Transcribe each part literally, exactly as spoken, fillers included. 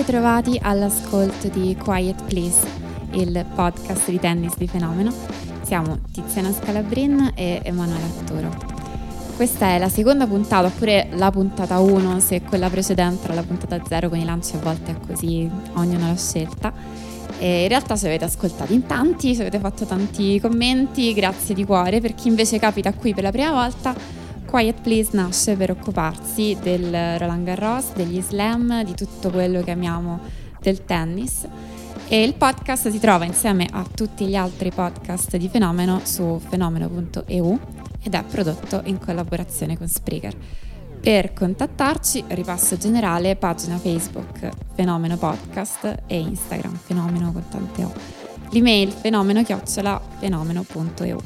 ritrovati all'ascolto di Quiet Please, il podcast di tennis di Fenomeno. Siamo Tiziana Scalabrin e Emanuele Atturo. Questa è la seconda puntata, oppure la puntata uno, se quella precedente era la puntata zero, con i lanci a volte è così, ognuno l'ha scelta. E in realtà se avete ascoltato in tanti, se avete fatto tanti commenti, grazie di cuore. Per chi invece capita qui per la prima volta, Quiet Please nasce per occuparsi del Roland Garros, degli slam, di tutto quello che amiamo del tennis. E il podcast si trova insieme a tutti gli altri podcast di Fenomeno su fenomeno punto e u ed è prodotto in collaborazione con Spreaker. Per contattarci, ripasso generale, pagina Facebook Fenomeno Podcast e Instagram Fenomeno con tante O. L'email fenomeno chiocciola fenomeno punto e u.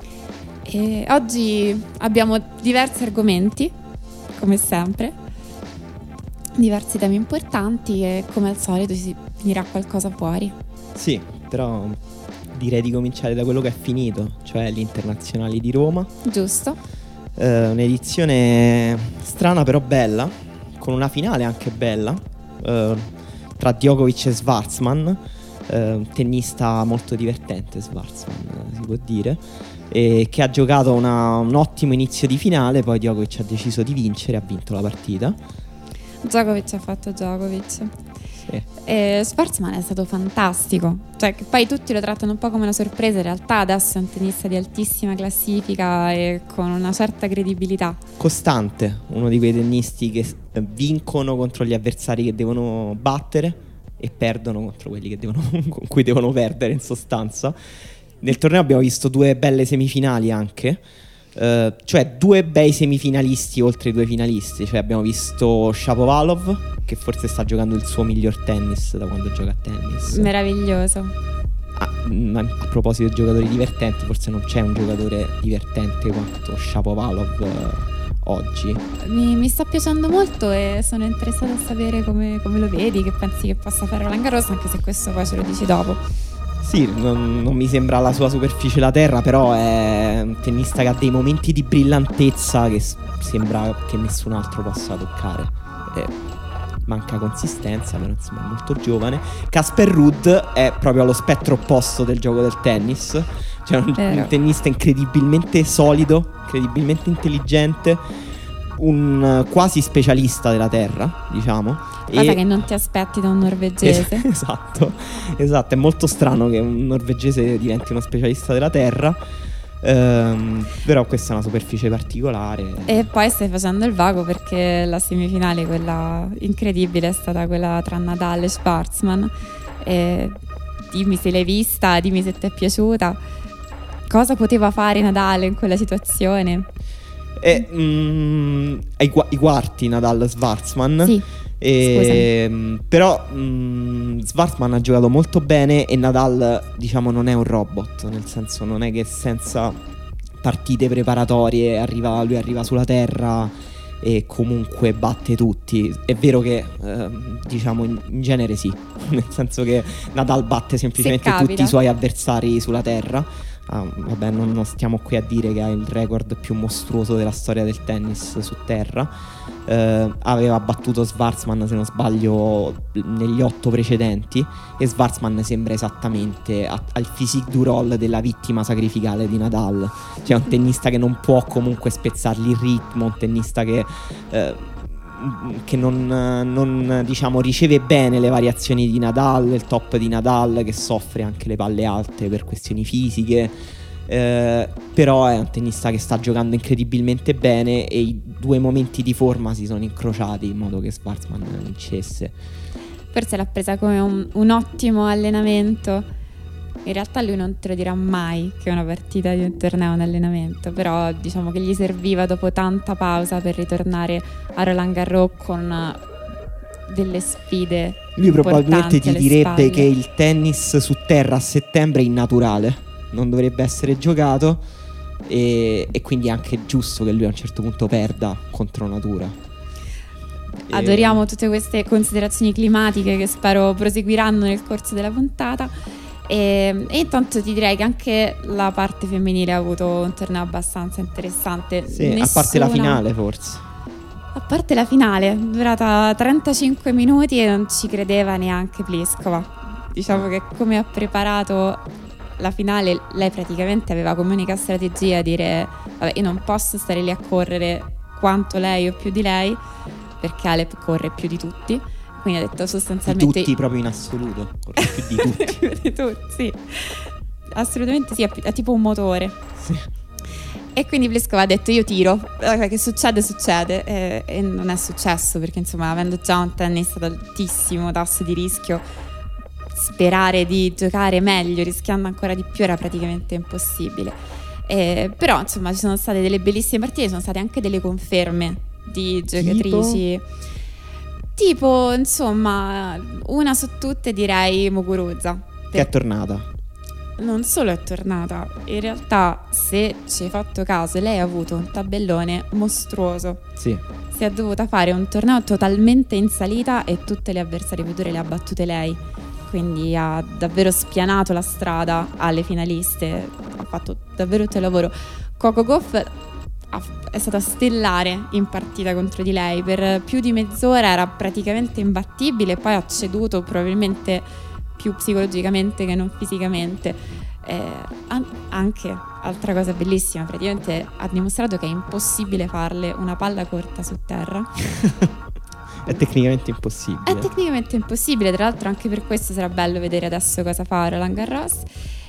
E oggi abbiamo diversi argomenti, come sempre, diversi temi importanti e come al solito si finirà qualcosa fuori. Sì, però direi di cominciare da quello che è finito, cioè gli internazionali di Roma. Giusto. Eh, un'edizione strana però bella, con una finale anche bella, eh, tra Djokovic e Schwartzman, eh, un tennista molto divertente Schwartzman, si può dire, e che ha giocato una, un ottimo inizio di finale. Poi Djokovic ha deciso di vincere, ha vinto la partita. Djokovic ha fatto Djokovic. Sì. E Schwartzman è stato fantastico, cioè che poi tutti lo trattano un po' come una sorpresa, in realtà adesso è un tennista di altissima classifica e con una certa credibilità. Costante, uno di quei tennisti che vincono contro gli avversari che devono battere e perdono contro quelli che devono, con cui devono perdere, in sostanza. Nel torneo abbiamo visto due belle semifinali anche, uh, cioè due bei semifinalisti oltre i due finalisti. Cioè abbiamo visto Shapovalov, che forse sta giocando il suo miglior tennis da quando gioca a tennis. Meraviglioso. Ah, ma a proposito di giocatori divertenti, forse non c'è un giocatore divertente quanto Shapovalov uh, oggi. Mi, mi sta piacendo molto e sono interessata a sapere come, come lo vedi, che pensi che possa fare Roland Garros, anche se questo poi ce lo dici dopo. Sì, non, non mi sembra la sua superficie la terra, però è un tennista che ha dei momenti di brillantezza che s- sembra che nessun altro possa toccare. Eh, manca consistenza, però insomma è molto giovane. Casper Ruud è proprio allo spettro opposto del gioco del tennis. Cioè un, un tennista incredibilmente solido, incredibilmente intelligente, un quasi specialista della terra, diciamo. Cosa e... che non ti aspetti da un norvegese. Es- esatto, esatto, è molto strano che un norvegese diventi uno specialista della terra, ehm, però questa è una superficie particolare. E poi stai facendo il vago, perché la semifinale, quella incredibile, è stata quella tra Nadal e Schwartzman. E dimmi se l'hai vista, dimmi se ti è piaciuta. Cosa poteva fare Nadal in quella situazione? E, mm, ai, gu- i quarti Nadal-Schwartzman. Sì. E, però mh, Schwartzman ha giocato molto bene e Nadal, diciamo, non è un robot, nel senso, non è che senza partite preparatorie arriva, lui arriva sulla terra e comunque batte tutti. È vero che eh, diciamo in, in genere sì, nel senso che Nadal batte semplicemente tutti i suoi avversari sulla terra. Ah, vabbè, non, non stiamo qui a dire che ha il record più mostruoso della storia del tennis su terra. Eh, aveva battuto Schwartzman, se non sbaglio, negli otto precedenti, e Schwartzman sembra esattamente a, al physique du roll della vittima sacrificale di Nadal. Cioè un tennista che non può comunque spezzargli il ritmo, un tennista che eh, che non, non diciamo riceve bene le variazioni di Nadal, il top di Nadal, che soffre anche le palle alte per questioni fisiche, eh, però è un tennista che sta giocando incredibilmente bene e i due momenti di forma si sono incrociati in modo che Schwartzman vincesse. Forse l'ha presa come un, un ottimo allenamento. In realtà lui non te lo dirà mai che una partita di un torneo è un allenamento, però diciamo che gli serviva dopo tanta pausa per ritornare a Roland Garros con delle sfide. Lui probabilmente ti direbbe spalle. Che il tennis su terra a settembre è innaturale, non dovrebbe essere giocato, e, e quindi è anche giusto che lui a un certo punto perda contro natura. Adoriamo tutte queste considerazioni climatiche che spero proseguiranno nel corso della puntata. E, e intanto ti direi che anche la parte femminile ha avuto un torneo abbastanza interessante. Sì, Nessuna... a parte la finale forse. A parte la finale, durata trentacinque minuti e non ci credeva neanche Pliskova. Diciamo che come ha preparato la finale, lei praticamente aveva come unica strategia dire vabbè, io non posso stare lì a correre quanto lei o più di lei, perché Alep corre più di tutti, quindi ha detto sostanzialmente di tutti proprio in assoluto, corre più di tutti. più di tutti, sì. Assolutamente sì, è, è tipo un motore. Sì. E quindi Pliskova ha detto io tiro, che succede succede, e, e non è successo, perché insomma avendo già un tennis ad altissimo tasso di rischio, sperare di giocare meglio rischiando ancora di più era praticamente impossibile. Eh, però insomma ci sono state delle bellissime partite, sono state anche delle conferme di giocatrici tipo, tipo insomma una su tutte direi Muguruza, che è tornata. Non solo è tornata, in realtà se ci hai fatto caso lei ha avuto un tabellone mostruoso. Sì. Si è dovuta fare un torneo totalmente in salita e tutte le avversarie future le ha battute lei, quindi ha davvero spianato la strada alle finaliste, ha fatto davvero tutto il lavoro. Coco Gauff è stata stellare in partita contro di lei, per più di mezz'ora era praticamente imbattibile, poi ha ceduto probabilmente più psicologicamente che non fisicamente. Eh, anche altra cosa bellissima, praticamente ha dimostrato che è impossibile farle una palla corta su terra. È tecnicamente impossibile. È tecnicamente impossibile, tra l'altro anche per questo sarà bello vedere adesso cosa fa Roland Garros.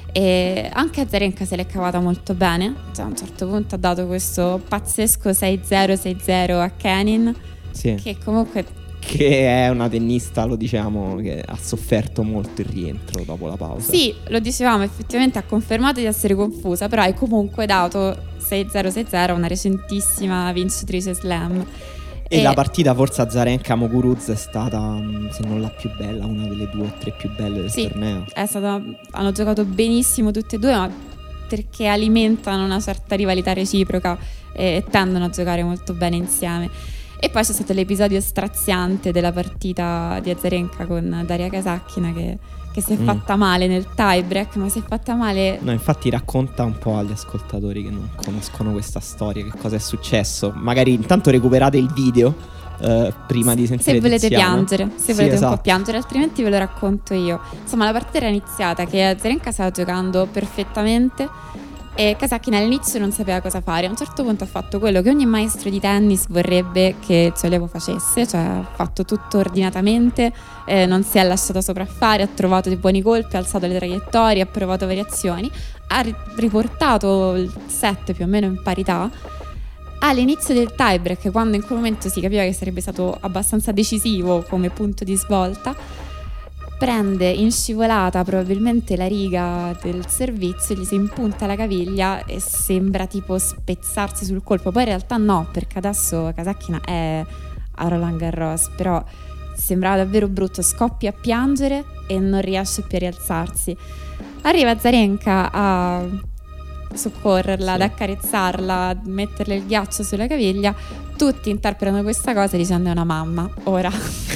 E anche Azarenka se l'è cavata molto bene, cioè, a un certo punto ha dato questo pazzesco sei zero sei zero a Kenin, sì. Che comunque che è una tennista, lo diciamo, che ha sofferto molto il rientro dopo la pausa. Sì, lo dicevamo, effettivamente ha confermato di essere confusa, però hai comunque dato sei zero sei zero a una recentissima vincitrice slam. E, e la partita forse Azarenka Muguruza è stata, se non la più bella, una delle due o tre più belle del sì, torneo. È stata, hanno giocato benissimo tutte e due, ma perché alimentano una certa rivalità reciproca e tendono a giocare molto bene insieme. E poi c'è stato l'episodio straziante della partita di Azarenka con Daria Kasatkina che, che si è mm. fatta male nel tie break, ma si è fatta male. No, infatti racconta un po' agli ascoltatori che non conoscono questa storia, che cosa è successo. Magari intanto recuperate il video eh, prima di sentire se volete Tiziana. piangere, se sì, volete esatto. un po' piangere, altrimenti ve lo racconto io. Insomma, la partita era iniziata che Azarenka stava giocando perfettamente e Kasatkina all'inizio non sapeva cosa fare. A un certo punto ha fatto quello che ogni maestro di tennis vorrebbe che il suo allievo facesse, cioè ha fatto tutto ordinatamente, eh, non si è lasciato sopraffare, ha trovato dei buoni colpi, ha alzato le traiettorie, ha provato variazioni, ha ri- riportato il set più o meno in parità. All'inizio del tiebreak, quando in quel momento si capiva che sarebbe stato abbastanza decisivo come punto di svolta, prende in scivolata probabilmente la riga del servizio, gli si impunta la caviglia e sembra tipo spezzarsi sul colpo. Poi in realtà no, perché adesso Kasatkina è a Roland Garros, però sembrava davvero brutto, scoppia a piangere e non riesce più a rialzarsi. Arriva Azarenka a soccorrerla, sì. ad accarezzarla, a metterle il ghiaccio sulla caviglia. Tutti interpretano questa cosa dicendo è una mamma. Ora,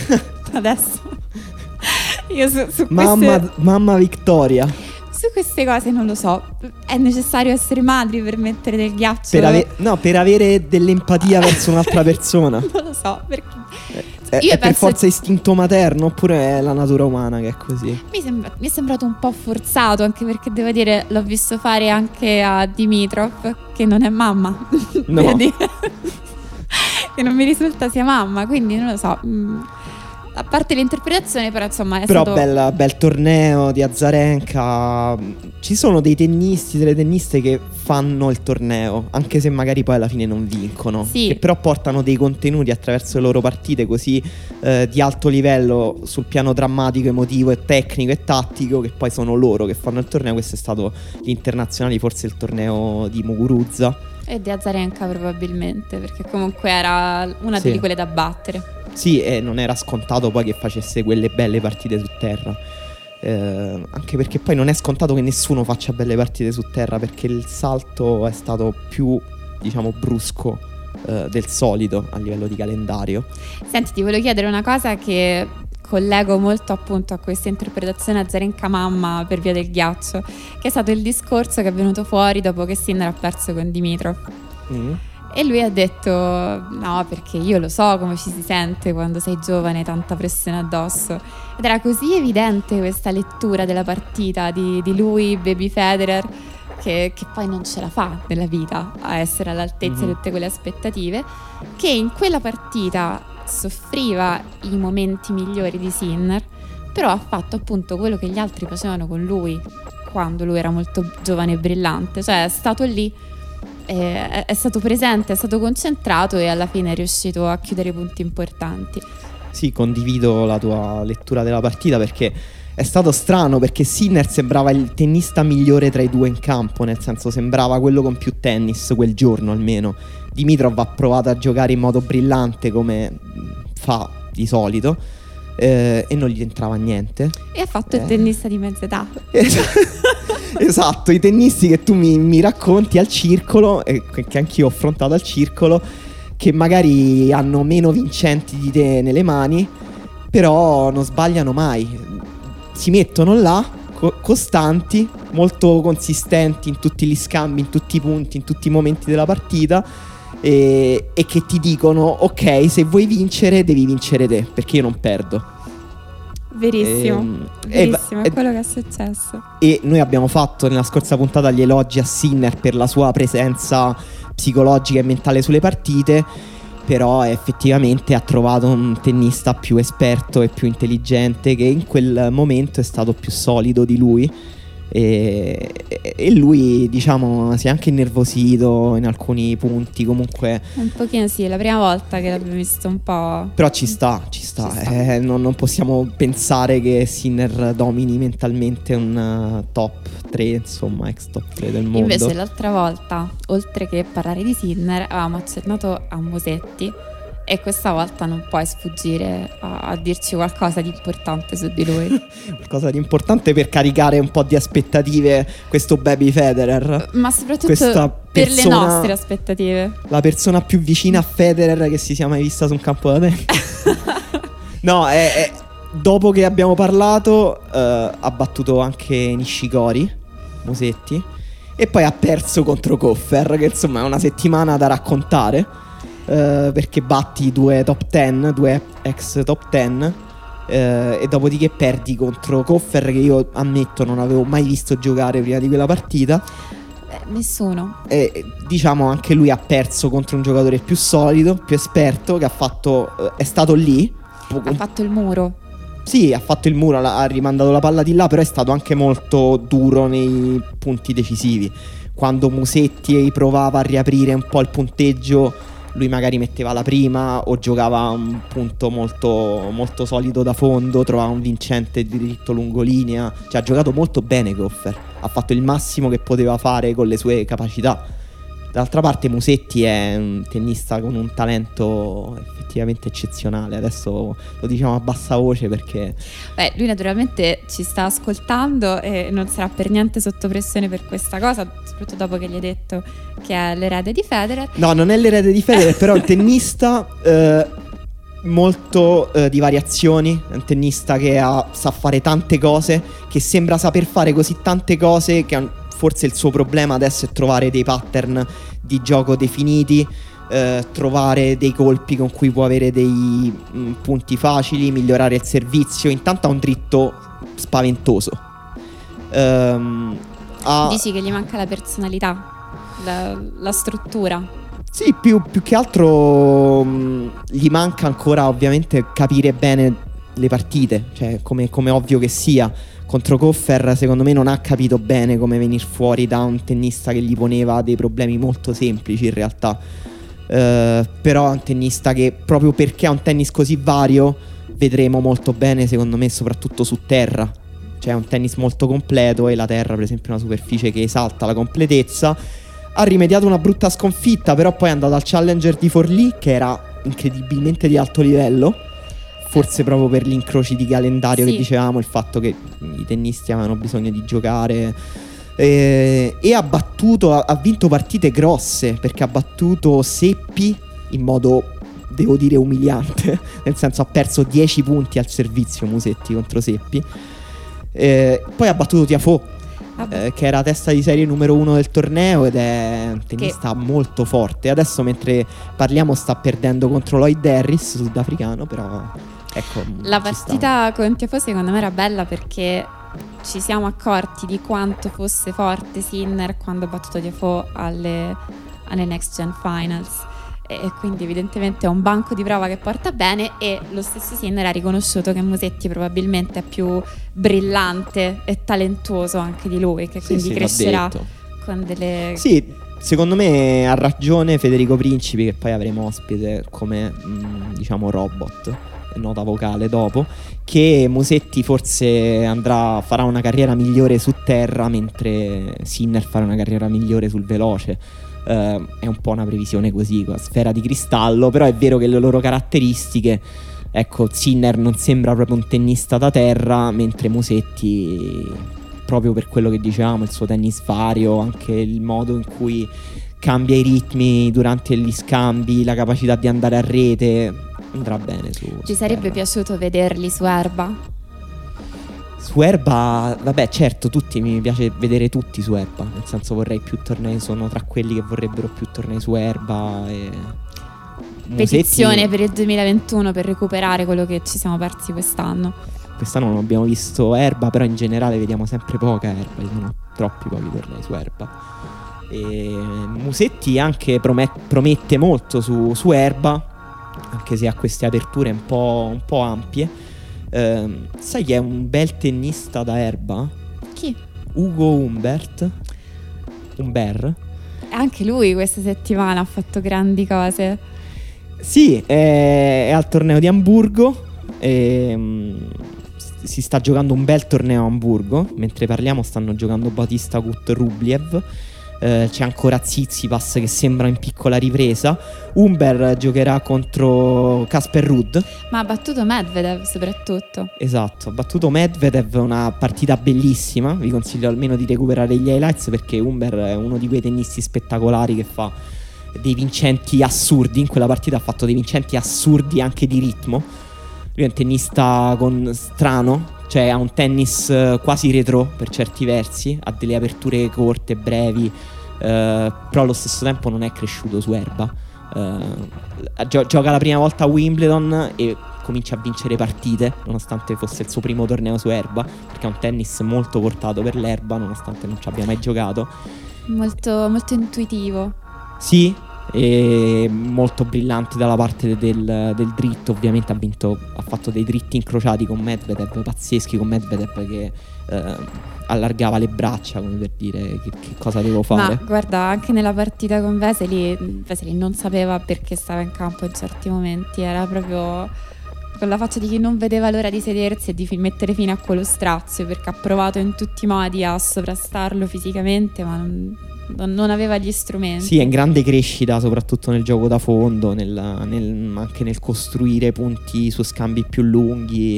adesso io su, su mamma, queste, mamma Victoria. Su queste cose non lo so. È necessario essere madri per mettere del ghiaccio? Per ave- no, per avere dell'empatia verso un'altra persona. Non lo so, perché è, io è per forza che... istinto materno oppure è la natura umana che è così? Mi, sembra, mi è sembrato un po' forzato, anche perché devo dire l'ho visto fare anche a Dimitrov, che non è mamma. No. Per dire. Che non mi risulta sia mamma, quindi non lo so. Mm. A parte l'interpretazione, però insomma è però stato... bel, bel torneo di Azarenka. Ci sono dei tennisti, delle tenniste che fanno il torneo, anche se magari poi alla fine non vincono, sì. che però portano dei contenuti attraverso le loro partite così eh, di alto livello sul piano drammatico, emotivo e tecnico e tattico, che poi sono loro che fanno il torneo. Questo è stato gli internazionali, forse il torneo di Muguruza e di Azarenka probabilmente, perché comunque era una sì. delle quelle da battere. Sì, e non era scontato poi che facesse quelle belle partite su terra, eh, anche perché poi non è scontato che nessuno faccia belle partite su terra, perché il salto è stato più, diciamo, brusco eh, del solito a livello di calendario. Senti, ti volevo chiedere una cosa che collego molto appunto a questa interpretazione Azarenka mamma per via del ghiaccio, che è stato il discorso che è venuto fuori dopo che Sinner ha perso con Dimitrov. Mm. E lui ha detto no, perché io lo so come ci si sente quando sei giovane, tanta pressione addosso. Ed era così evidente questa lettura della partita di, di lui, Baby Federer, che, che poi non ce la fa nella vita a essere all'altezza mm-hmm. di tutte quelle aspettative, che in quella partita soffriva i momenti migliori di Sinner, però ha fatto appunto quello che gli altri facevano con lui quando lui era molto giovane e brillante, cioè è stato lì, è, è stato presente, è stato concentrato e alla fine è riuscito a chiudere punti importanti. Sì, condivido la tua lettura della partita, perché è stato strano, perché Sinner sembrava il tennista migliore tra i due in campo, nel senso sembrava quello con più tennis quel giorno almeno. Dimitrov ha provato a giocare in modo brillante come fa di solito, eh, e non gli entrava niente. E ha fatto eh. il tennista di mezza età. Esatto, i tennisti che tu mi, mi racconti al circolo, e che anch'io ho affrontato al circolo, che magari hanno meno vincenti di te nelle mani, però non sbagliano mai. Si mettono là, co- costanti, molto consistenti in tutti gli scambi, in tutti i punti, in tutti i momenti della partita, e, e che ti dicono ok, se vuoi vincere devi vincere te, perché io non perdo. Verissimo, e, verissimo, e, è quello che è successo. E noi abbiamo fatto nella scorsa puntata gli elogi a Sinner per la sua presenza psicologica e mentale sulle partite, però effettivamente ha trovato un tennista più esperto e più intelligente, che in quel momento è stato più solido di lui, e, e lui diciamo si è anche innervosito in alcuni punti, comunque un pochino sì, è la prima volta che l'abbiamo visto un po', però ci sta, ci sta, ci sta. Eh, non, non possiamo pensare che Sinner domini mentalmente un uh, top tre, insomma ex top tre del mondo. Invece l'altra volta, oltre che parlare di Sinner, avevamo accennato a Musetti, e questa volta non puoi sfuggire a, a dirci qualcosa di importante su di lui. Qualcosa di importante per caricare un po' di aspettative questo Baby Federer. Ma soprattutto Questa per persona, le nostre aspettative. La persona più vicina a Federer che si sia mai vista su un campo da tennis. No, è, è, dopo che abbiamo parlato eh, ha battuto anche Nishikori, Musetti, e poi ha perso contro Koffer, che insomma è una settimana da raccontare. Uh, perché batti due top dieci, due ex top dieci, uh, e dopodiché perdi contro Koffer, che io ammetto non avevo mai visto giocare prima di quella partita. eh, Nessuno. E diciamo anche lui ha perso contro un giocatore più solido, più esperto, che ha fatto uh, è stato lì, ha fatto il muro. Sì, ha fatto il muro, ha rimandato la palla di là, però è stato anche molto duro nei punti decisivi. Quando Musetti provava a riaprire un po' il punteggio, lui magari metteva la prima o giocava un punto molto, molto solido da fondo, trovava un vincente di diritto lungolinea. Cioè ha giocato molto bene Koffer, ha fatto il massimo che poteva fare con le sue capacità. D'altra parte Musetti è un tennista con un talento effettivamente eccezionale. Adesso lo diciamo a bassa voce perché Beh, lui naturalmente ci sta ascoltando e non sarà per niente sotto pressione per questa cosa, soprattutto dopo che gli hai detto che è l'erede di Federer. No, non è l'erede di Federer, però è un tennista eh, molto eh, di variazioni. È un tennista che ha, sa fare tante cose, che sembra saper fare così tante cose che forse il suo problema adesso è trovare dei pattern di gioco definiti, eh, trovare dei colpi con cui può avere dei mh, punti facili, migliorare il servizio. Intanto ha un dritto spaventoso. Um, ha... Dici che gli manca la personalità, la, la struttura. Sì, più, più che altro mh, gli manca ancora ovviamente capire bene le partite, cioè come, come ovvio che sia. Contro Koffer secondo me non ha capito bene come venire fuori da un tennista che gli poneva dei problemi molto semplici in realtà. Uh, però è un tennista che proprio perché ha un tennis così vario vedremo molto bene secondo me soprattutto su terra. Cioè è un tennis molto completo e la terra per esempio è una superficie che esalta la completezza. Ha rimediato una brutta sconfitta, però poi è andato al Challenger di Forlì, che era incredibilmente di alto livello, forse proprio per gli incroci di calendario, sì, che dicevamo, il fatto che i tennisti avevano bisogno di giocare, e, e ha battuto, ha, ha vinto partite grosse, perché ha battuto Seppi in modo, devo dire, umiliante, nel senso ha perso dieci punti al servizio Musetti contro Seppi, eh, poi ha battuto Tiafoe. eh, che era testa di serie numero uno del torneo ed è un tennista che... molto forte. Adesso mentre parliamo sta perdendo contro Lloyd Harris, sudafricano, però ecco, la partita con Tiafoe secondo me era bella perché ci siamo accorti di quanto fosse forte Sinner quando ha battuto Tiafoe alle, alle Next Gen Finals, e quindi evidentemente è un banco di prova che porta bene, e lo stesso Sinner ha riconosciuto che Musetti probabilmente è più brillante e talentuoso anche di lui, che sì, quindi sì, crescerà con delle... Sì, secondo me ha ragione Federico Principi, che poi avremo ospite come mh, diciamo robot, nota vocale dopo, che Musetti forse andrà farà una carriera migliore su terra mentre Sinner farà una carriera migliore sul veloce. Uh, è un po' una previsione così, con sfera di cristallo, però è vero che le loro caratteristiche, ecco, Sinner non sembra proprio un tennista da terra, mentre Musetti, proprio per quello che dicevamo, il suo tennis vario, anche il modo in cui cambia i ritmi durante gli scambi, la capacità di andare a rete, andrà bene su, Ti su sarebbe terra. piaciuto vederli su erba? Su erba, vabbè, certo, tutti mi piace vedere tutti su erba, nel senso vorrei più tornei, sono tra quelli che vorrebbero più tornei su erba. E petizione Musetti, per il duemilaventuno per recuperare quello che ci siamo persi quest'anno. Quest'anno non abbiamo visto erba, però in generale vediamo sempre poca erba, ci sono troppi pochi tornei su erba. E Musetti anche promet- promette molto su, su erba, anche se ha queste aperture un po', un po' ampie. Uh, sai chi è un bel tennista da erba? Chi? Ugo Humbert. Humber. Anche lui questa settimana ha fatto grandi cose. Sì, è, è al torneo di Amburgo e, um, si sta giocando un bel torneo a Amburgo. Mentre parliamo stanno giocando Bautista Agut Rubliev. Uh, c'è ancora Tsitsipas che sembra in piccola ripresa. Humber giocherà contro Casper Ruud. Ma ha battuto Medvedev soprattutto. Esatto, ha battuto Medvedev, una partita bellissima. Vi consiglio almeno di recuperare gli highlights, perché Humber è uno di quei tennisti spettacolari che fa dei vincenti assurdi. In quella partita ha fatto dei vincenti assurdi anche di ritmo. Lui è un tennista con strano, cioè ha un tennis quasi retro per certi versi, ha delle aperture corte, brevi, eh, però allo stesso tempo non è cresciuto su erba. Eh, gio- gioca la prima volta a Wimbledon e comincia a vincere partite, nonostante fosse il suo primo torneo su erba, perché è un tennis molto portato per l'erba, nonostante non ci abbia mai giocato. Molto, molto intuitivo. Sì, e molto brillante dalla parte del, del dritto. Ovviamente ha vinto, ha fatto dei dritti incrociati con Medvedev pazzeschi, con Medvedev che eh, allargava le braccia come per dire che, che cosa devo fare. Ma guarda, anche nella partita con Vesely, Vesely non sapeva perché stava in campo in certi momenti, era proprio con la faccia di chi non vedeva l'ora di sedersi e di fi- mettere fine a quello strazio, perché ha provato in tutti i modi a sovrastarlo fisicamente, ma non, non aveva gli strumenti. Sì, è in grande crescita, soprattutto nel gioco da fondo, nel, nel, anche nel costruire punti su scambi più lunghi,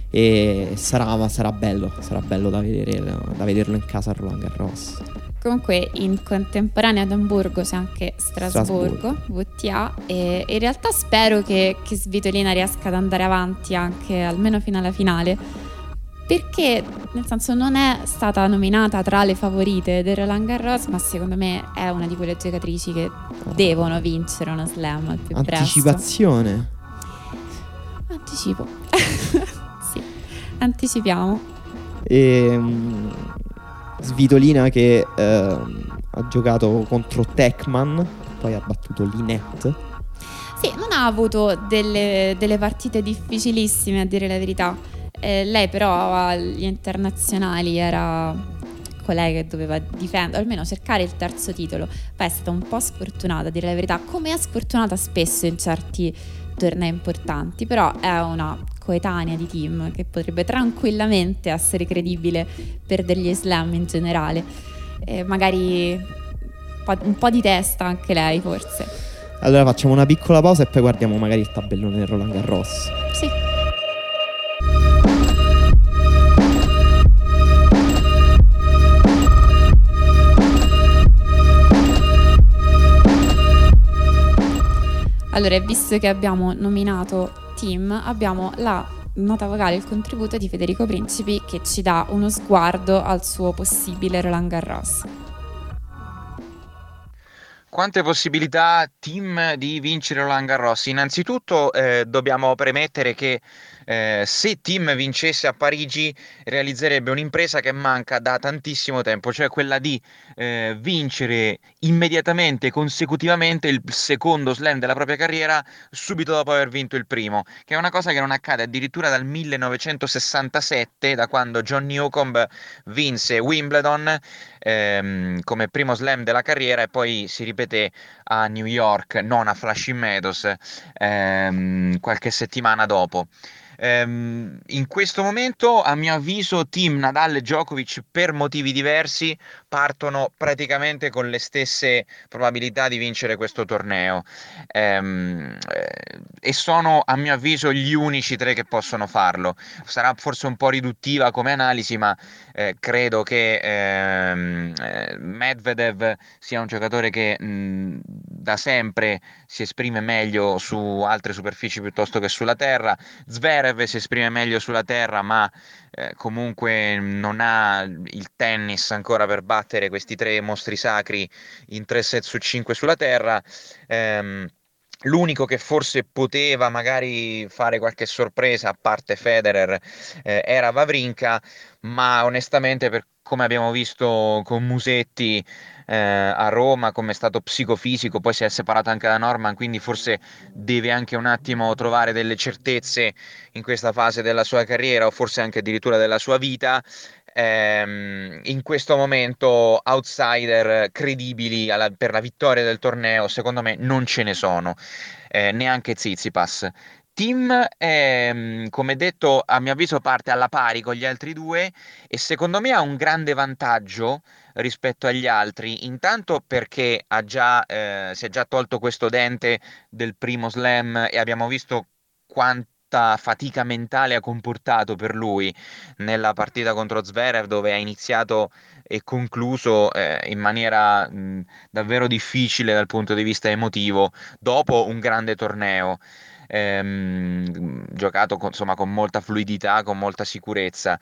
e sarà, sarà bello, sarà bello da vedere, da vederlo in casa a Roland Garros. Comunque in contemporanea ad Amburgo c'è anche Strasburgo, Strasburgo. V T A, e in realtà spero che, che Svitolina riesca ad andare avanti anche almeno fino alla finale, perché nel senso non è stata nominata tra le favorite del Roland Garros, ma secondo me è una di quelle giocatrici che devono vincere uno slam al più presto. Anticipazione. Anticipo. Sì, anticipiamo. E um, Svitolina che uh, ha giocato contro Tekman, poi ha battuto Linette. Sì, non ha avuto delle, delle partite difficilissime, a dire la verità. Eh, lei però agli internazionali era colei che doveva difendere, o almeno cercare il terzo titolo. Poi è stata un po' sfortunata, a dire la verità, come è sfortunata spesso in certi tornei importanti, però è una coetanea di team che potrebbe tranquillamente essere credibile per degli slam in generale. Eh, magari un po', un po' di testa anche lei, forse. Allora facciamo una piccola pausa e poi guardiamo magari il tabellone del Roland Garros. Sì. Allora, visto che abbiamo nominato team, abbiamo la nota vocale il contributo di Federico Principi, che ci dà uno sguardo al suo possibile Roland Garros. Quante possibilità, Thiem, di vincere Roland Garros? Innanzitutto eh, dobbiamo premettere che eh, se Thiem vincesse a Parigi realizzerebbe un'impresa che manca da tantissimo tempo, cioè quella di eh, vincere immediatamente, consecutivamente, il secondo slam della propria carriera subito dopo aver vinto il primo, che è una cosa che non accade addirittura dal millenovecentosessantasette, da quando John Newcombe vinse Wimbledon ehm, come primo slam della carriera, e poi si ripete a New York, non a Flushing Meadows, ehm, qualche settimana dopo. Ehm, in questo momento, a mio avviso, Thiem, Nadal e Djokovic, per motivi diversi, partono praticamente con le stesse probabilità di vincere questo torneo. Ehm, eh, e sono, a mio avviso, gli unici tre che possono farlo. Sarà forse un po' riduttiva come analisi, ma eh, credo che ehm, eh, Medvedev sia un giocatore che mh, da sempre si esprime meglio su altre superfici piuttosto che sulla terra. Zverev si esprime meglio sulla terra, ma eh, comunque non ha il tennis ancora per battere questi tre mostri sacri in tre set su cinque sulla terra. Ehm, L'unico che forse poteva magari fare qualche sorpresa, a parte Federer, eh, era Wawrinka, ma onestamente, per come abbiamo visto con Musetti eh, a Roma, come è stato psicofisico, poi si è separato anche da Norman, quindi forse deve anche un attimo trovare delle certezze in questa fase della sua carriera, o forse anche addirittura della sua vita. Ehm, in questo momento outsider credibili alla- per la vittoria del torneo, secondo me non ce ne sono, eh, neanche Tsitsipas. Thiem, ehm, come detto, a mio avviso parte alla pari con gli altri due, e secondo me ha un grande vantaggio rispetto agli altri, intanto perché ha già, eh, si è già tolto questo dente del primo slam, e abbiamo visto quanta fatica mentale ha comportato per lui nella partita contro Zverev, dove ha iniziato e concluso eh, in maniera mh, davvero difficile dal punto di vista emotivo, dopo un grande torneo. Ehm, giocato con, insomma, con molta fluidità, con molta sicurezza.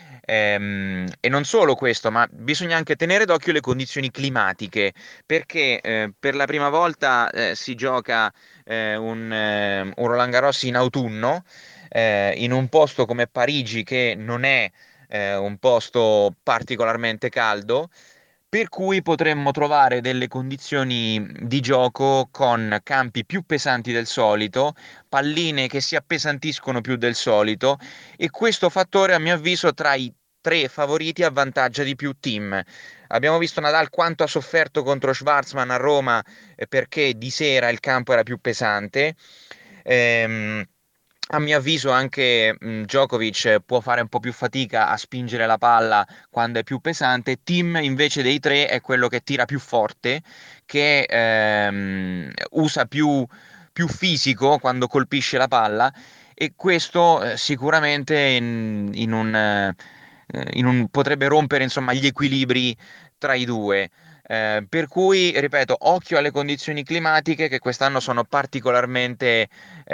Ehm, e non solo questo, ma bisogna anche tenere d'occhio le condizioni climatiche, perché eh, per la prima volta eh, si gioca eh, un, eh, un Roland Garros in autunno, eh, in un posto come Parigi, che non è eh, un posto particolarmente caldo, per cui potremmo trovare delle condizioni di gioco con campi più pesanti del solito, palline che si appesantiscono più del solito, e questo fattore, a mio avviso, tra i tre favoriti avvantaggia di più Thiem. Abbiamo visto Nadal quanto ha sofferto contro Schwartzman a Roma eh, perché di sera il campo era più pesante. Ehm, A mio avviso anche mh, Djokovic può fare un po' più fatica a spingere la palla quando è più pesante. Thiem invece dei tre è quello che tira più forte, che ehm, usa più, più fisico quando colpisce la palla, e questo eh, sicuramente in, in un, eh, in un- potrebbe rompere, insomma, gli equilibri tra i due. Eh, per cui, ripeto, occhio alle condizioni climatiche, che quest'anno sono particolarmente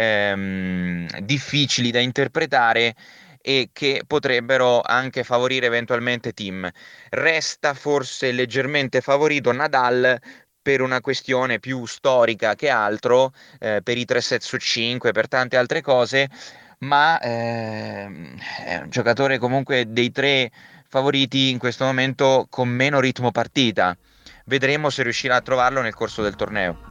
ehm, difficili da interpretare, e che potrebbero anche favorire eventualmente Thiem. Resta forse leggermente favorito Nadal per una questione più storica che altro, eh, per i tre set su cinque, per tante altre cose, ma ehm, è un giocatore comunque dei tre favoriti in questo momento con meno ritmo partita. Vedremo se riuscirà a trovarlo nel corso del torneo.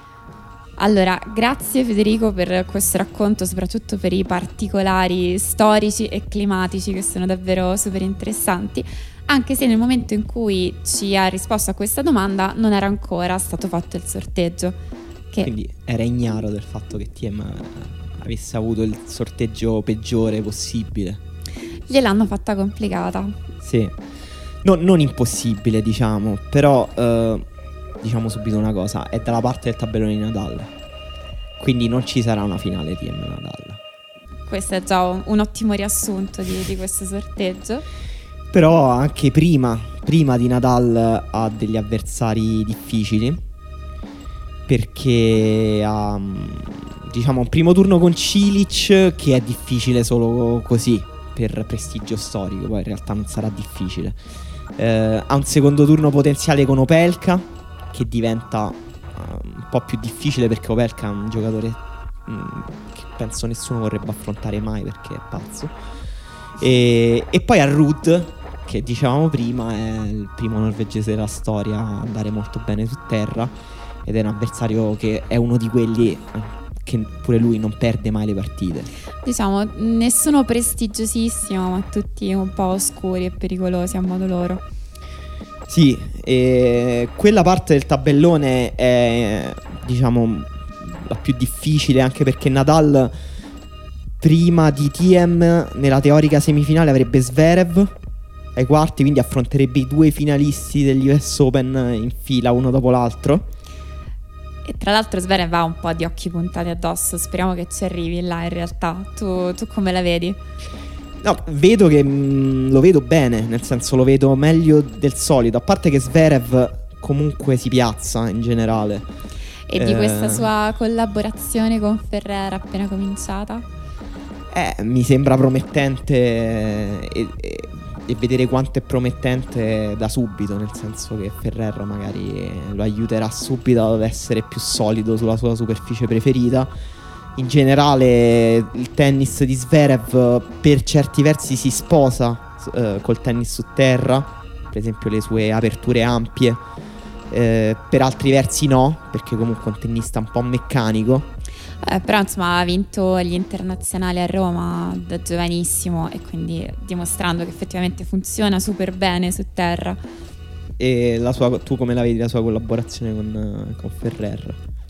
Allora, grazie Federico per questo racconto, soprattutto per i particolari storici e climatici che sono davvero super interessanti, anche se nel momento in cui ci ha risposto a questa domanda non era ancora stato fatto il sorteggio. Che... Quindi era ignaro del fatto che Thiem avesse avuto il sorteggio peggiore possibile. gliel'hanno fatta complicata. Sì, no, non impossibile, diciamo, però eh, diciamo subito una cosa: è dalla parte del tabellone di Nadal, quindi non ci sarà una finale Thiem-Nadal. Questo è già un, un ottimo riassunto di, di questo sorteggio. Però anche prima, prima di Nadal ha degli avversari difficili, perché ha, diciamo un primo turno con Cilic che è difficile solo così per prestigio storico, poi in realtà non sarà difficile. Eh, ha un secondo turno potenziale con Opelka che diventa uh, un po' più difficile perché Opelka è un giocatore mh, che penso nessuno vorrebbe affrontare mai perché è pazzo. E, e poi a Ruud, che dicevamo prima è il primo norvegese della storia a andare molto bene su terra ed è un avversario che è uno di quelli che pure lui non perde mai le partite. Diciamo, nessuno prestigiosissimo, ma tutti un po' oscuri e pericolosi a modo loro. Sì, e quella parte del tabellone è, diciamo, la più difficile, anche perché Nadal prima di Thiem nella teorica semifinale avrebbe Zverev ai quarti, quindi affronterebbe i due finalisti degli U S Open in fila uno dopo l'altro. E tra l'altro Zverev ha un po' di occhi puntati addosso, speriamo che ci arrivi là in realtà. Tu, tu come la vedi? No, vedo che mh, lo vedo bene, nel senso lo vedo meglio del solito, a parte che Zverev comunque si piazza in generale. E di eh, questa sua collaborazione con Ferrer appena cominciata? Eh, mi sembra promettente e, e, e vedere quanto è promettente da subito, nel senso che Ferrer magari lo aiuterà subito ad essere più solido sulla sua superficie preferita. In generale il tennis di Zverev per certi versi si sposa eh, col tennis su terra, per esempio le sue aperture ampie, eh, per altri versi no, perché comunque è un tennista un po' meccanico. Eh, però insomma ha vinto gli internazionali a Roma da giovanissimo e quindi dimostrando che effettivamente funziona super bene su terra. E la sua, tu come la vedi la sua collaborazione con, con Ferrer?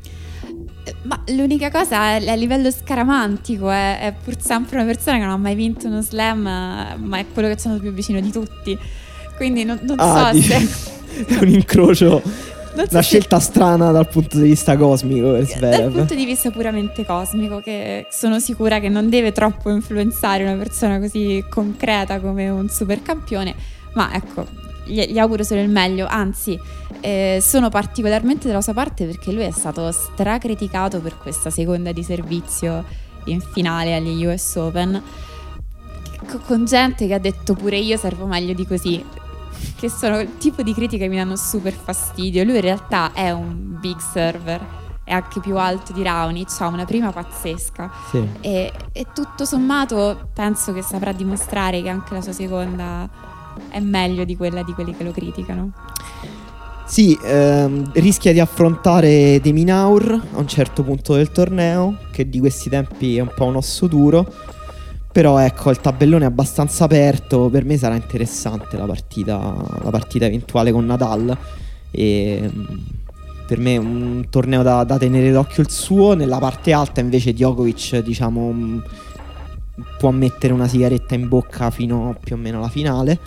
Ma l'unica cosa è, a livello scaramantico è, è pur sempre una persona che non ha mai vinto uno slam, ma è quello che ci hanno più vicino di tutti, quindi non, non ah, so di... se è un incrocio, so una se... scelta strana dal punto di vista cosmico per Zverev. Dal punto di vista puramente cosmico, che sono sicura che non deve troppo influenzare una persona così concreta come un supercampione, ma ecco, gli, gli auguro solo il meglio, anzi eh, sono particolarmente dalla sua parte perché lui è stato stracriticato per questa seconda di servizio in finale agli U S Open, c- con gente che ha detto pure io servo meglio di così, che sono il tipo di critiche che mi danno super fastidio. Lui in realtà è un big server, è anche più alto di Raonic, ha una prima pazzesca, sì. e, e tutto sommato penso che saprà dimostrare che anche la sua seconda è meglio di quella di quelli che lo criticano. Sì, ehm, rischia di affrontare De Minaur a un certo punto del torneo, che di questi tempi è un po' un osso duro. Però ecco, il tabellone è abbastanza aperto. Per me sarà interessante la partita, la partita eventuale con Nadal. E per me un torneo da, da tenere d'occhio il suo. Nella parte alta invece Djokovic, diciamo, può mettere una sigaretta in bocca fino più o meno alla finale.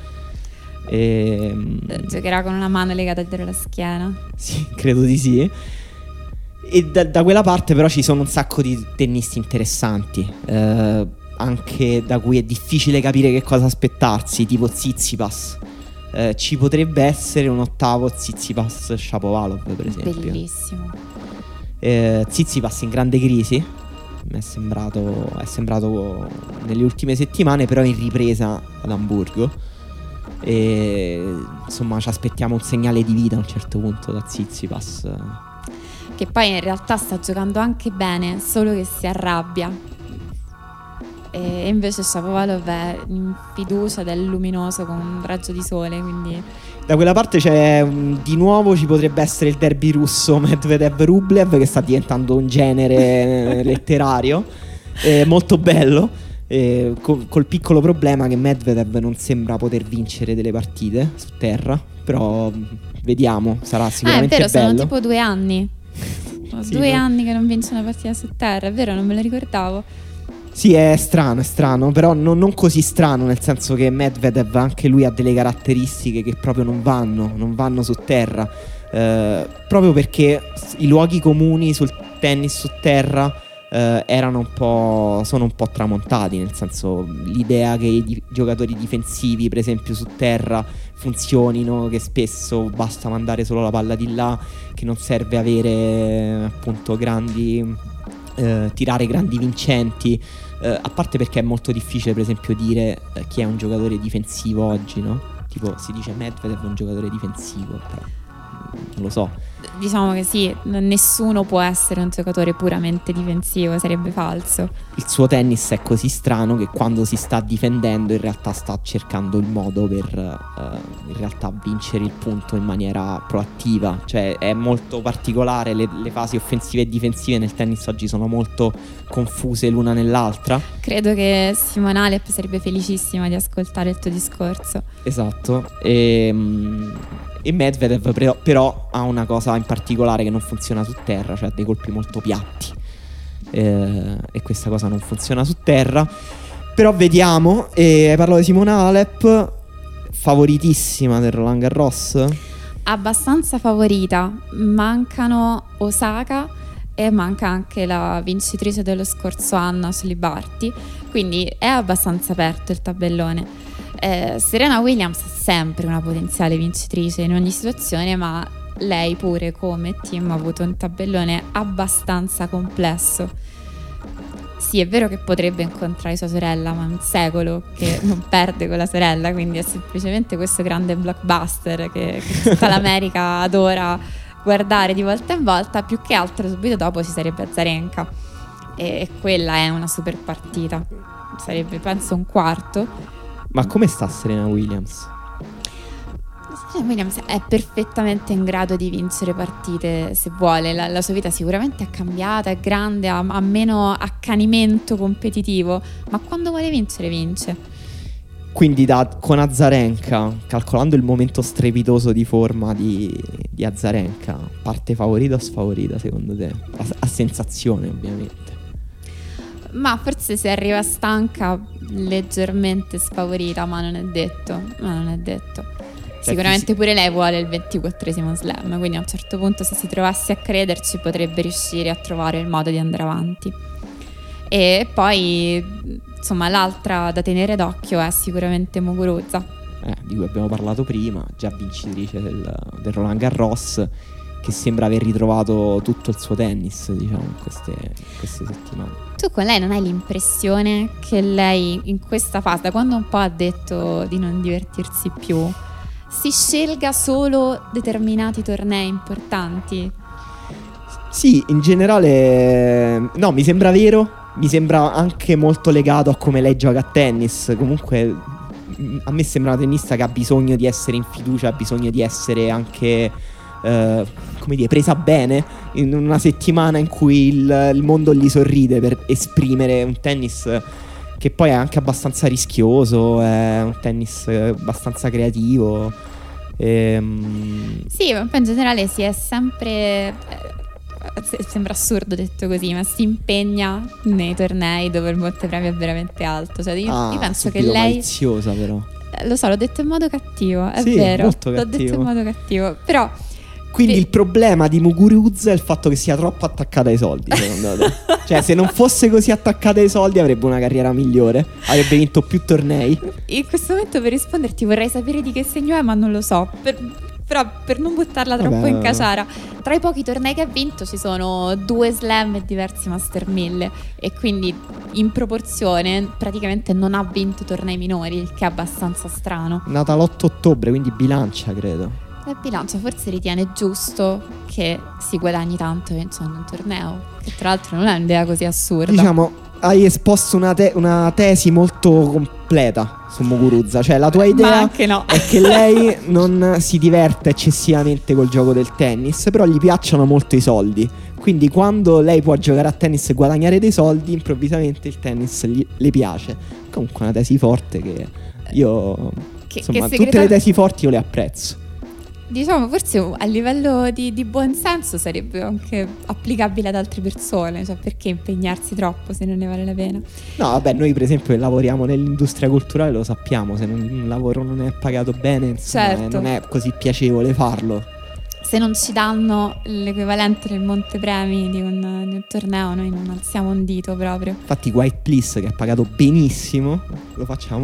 E giocherà con una mano legata dietro la schiena. Sì, credo di sì. E da, da quella parte però ci sono un sacco di tennisti interessanti, eh, anche da cui è difficile capire che cosa aspettarsi, tipo Tsitsipas. Eh, ci potrebbe essere un ottavo Tsitsipas Shapovalov, per esempio. Bellissimo. eh, Tsitsipas in grande crisi, mi è sembrato, è sembrato nelle ultime settimane, però in ripresa ad Amburgo. E insomma ci aspettiamo un segnale di vita a un certo punto da Tsitsipas, che poi in realtà sta giocando anche bene, solo che si arrabbia. E invece Shapovalov è in fiducia ed è luminoso come un raggio di sole, quindi da quella parte c'è um, di nuovo ci potrebbe essere il derby russo Medvedev-Rublev, che sta diventando un genere letterario eh, molto bello, eh, col, col piccolo problema che Medvedev non sembra poter vincere delle partite su terra, però vediamo, sarà sicuramente bello. Ah, è vero, bello. sono tipo due anni. Sono Sì, due no? anni che non vince una partita su terra, è vero, non me lo ricordavo. Sì, è strano, è strano, però non, non così strano, nel senso che Medvedev anche lui ha delle caratteristiche che proprio non vanno, non vanno su terra, eh, proprio perché i luoghi comuni sul tennis su terra eh, erano un po', sono un po' tramontati, nel senso l'idea che i di- giocatori difensivi, per esempio su terra, funzionino, che spesso basta mandare solo la palla di là, che non serve avere appunto grandi eh, tirare grandi vincenti, eh, a parte perché è molto difficile per esempio dire eh, chi è un giocatore difensivo oggi, no? Tipo si dice Medvedev è un giocatore difensivo, però non lo so. Diciamo che sì, nessuno può essere un giocatore puramente difensivo, sarebbe falso. Il suo tennis è così strano che quando si sta difendendo in realtà sta cercando il modo per uh, in realtà vincere il punto in maniera proattiva. Cioè è molto particolare, le, le fasi offensive e difensive nel tennis oggi sono molto confuse l'una nell'altra. Credo che Simona Halep sarebbe felicissima di ascoltare il tuo discorso. Esatto. E, e Medvedev però, però ha una cosa in particolare che non funziona su terra, cioè dei colpi molto piatti, eh, e questa cosa non funziona su terra. Però vediamo. E hai parlato di Simona Halep, favoritissima del Roland Garros? Abbastanza favorita. Mancano Osaka e manca anche la vincitrice dello scorso anno, Ashley Barty, quindi è abbastanza aperto il tabellone. eh, Serena Williams è sempre una potenziale vincitrice in ogni situazione, ma lei pure come team ha avuto un tabellone abbastanza complesso. Sì, è vero che potrebbe incontrare sua sorella, ma è un secolo che non perde con la sorella, quindi è semplicemente questo grande blockbuster che, che tutta l'America adora guardare di volta in volta. Più che altro subito dopo ci sarebbe Azarenka, e, e quella è una super partita, sarebbe penso un quarto. Ma come sta Serena Williams? Serena Williams è perfettamente in grado di vincere partite se vuole. La, la sua vita sicuramente è cambiata, è grande, ha, ha meno accanimento competitivo, ma quando vuole vincere vince. Quindi da, con Azarenka, calcolando il momento strepitoso di forma di, di Azarenka, parte favorita o sfavorita secondo te? A, a sensazione ovviamente. Ma forse se arriva stanca leggermente sfavorita, ma non è detto, ma non è detto. Sicuramente pure lei vuole il ventiquattresimo slam, quindi a un certo punto se si trovasse a crederci potrebbe riuscire a trovare il modo di andare avanti. E poi insomma l'altra da tenere d'occhio è sicuramente Muguruza, eh, di cui abbiamo parlato prima, già vincitrice del, del Roland Garros, che sembra aver ritrovato tutto il suo tennis, diciamo, in queste, in queste settimane. Tu con lei non hai l'impressione che lei in questa fase, da quando un po' ha detto di non divertirsi più, si scelga solo determinati tornei importanti? Sì, in generale no, mi sembra vero. Mi sembra anche molto legato a come lei gioca a tennis. Comunque a me sembra una tennista che ha bisogno di essere in fiducia, ha bisogno di essere anche eh, come dire, presa bene in una settimana in cui il, il mondo gli sorride, per esprimere un tennis che poi è anche abbastanza rischioso, è un tennis abbastanza creativo. Ehm... Sì, ma poi in generale si è sempre, sembra assurdo detto così, ma si impegna nei tornei dove il montepremio è veramente alto. Cioè io, ah, io penso che lei maliziosa però. Lo so, l'ho detto in modo cattivo, è sì, vero, molto l'ho cattivo. detto in modo cattivo, però quindi Pe- il problema di Muguruza è il fatto che sia troppo attaccata ai soldi, secondo te? Cioè, se non fosse così attaccata ai soldi avrebbe una carriera migliore, avrebbe vinto più tornei. In questo momento per risponderti vorrei sapere di che segno è, ma non lo so. Per, però per non buttarla troppo Vabbè. in caciara, tra i pochi tornei che ha vinto ci sono due slam e diversi Master mille, e quindi in proporzione praticamente non ha vinto tornei minori, il che è abbastanza strano. Nata l'otto ottobre, quindi bilancia, credo. La bilancia forse ritiene giusto che si guadagni tanto vincendo un torneo, che tra l'altro non è un'idea così assurda. Diciamo, hai esposto una, te- una tesi molto completa su Muguruza. Cioè, la tua idea Ma anche no. è che lei non si diverte eccessivamente col gioco del tennis, però gli piacciono molto i soldi. Quindi quando lei può giocare a tennis e guadagnare dei soldi, improvvisamente il tennis gli- le piace. Comunque una tesi forte che io Che, insomma, che tutte segreta- le tesi forti io le apprezzo. Diciamo forse a livello di, di buon senso sarebbe anche applicabile ad altre persone, cioè perché impegnarsi troppo se non ne vale la pena. No, vabbè, noi per esempio che lavoriamo nell'industria culturale lo sappiamo, se non, un lavoro non è pagato bene, insomma, Certo. eh, non è così piacevole farlo. Se non ci danno l'equivalente del montepremi di un, di un torneo, noi non alziamo un dito proprio. Infatti White Bliss, che è pagato benissimo, lo facciamo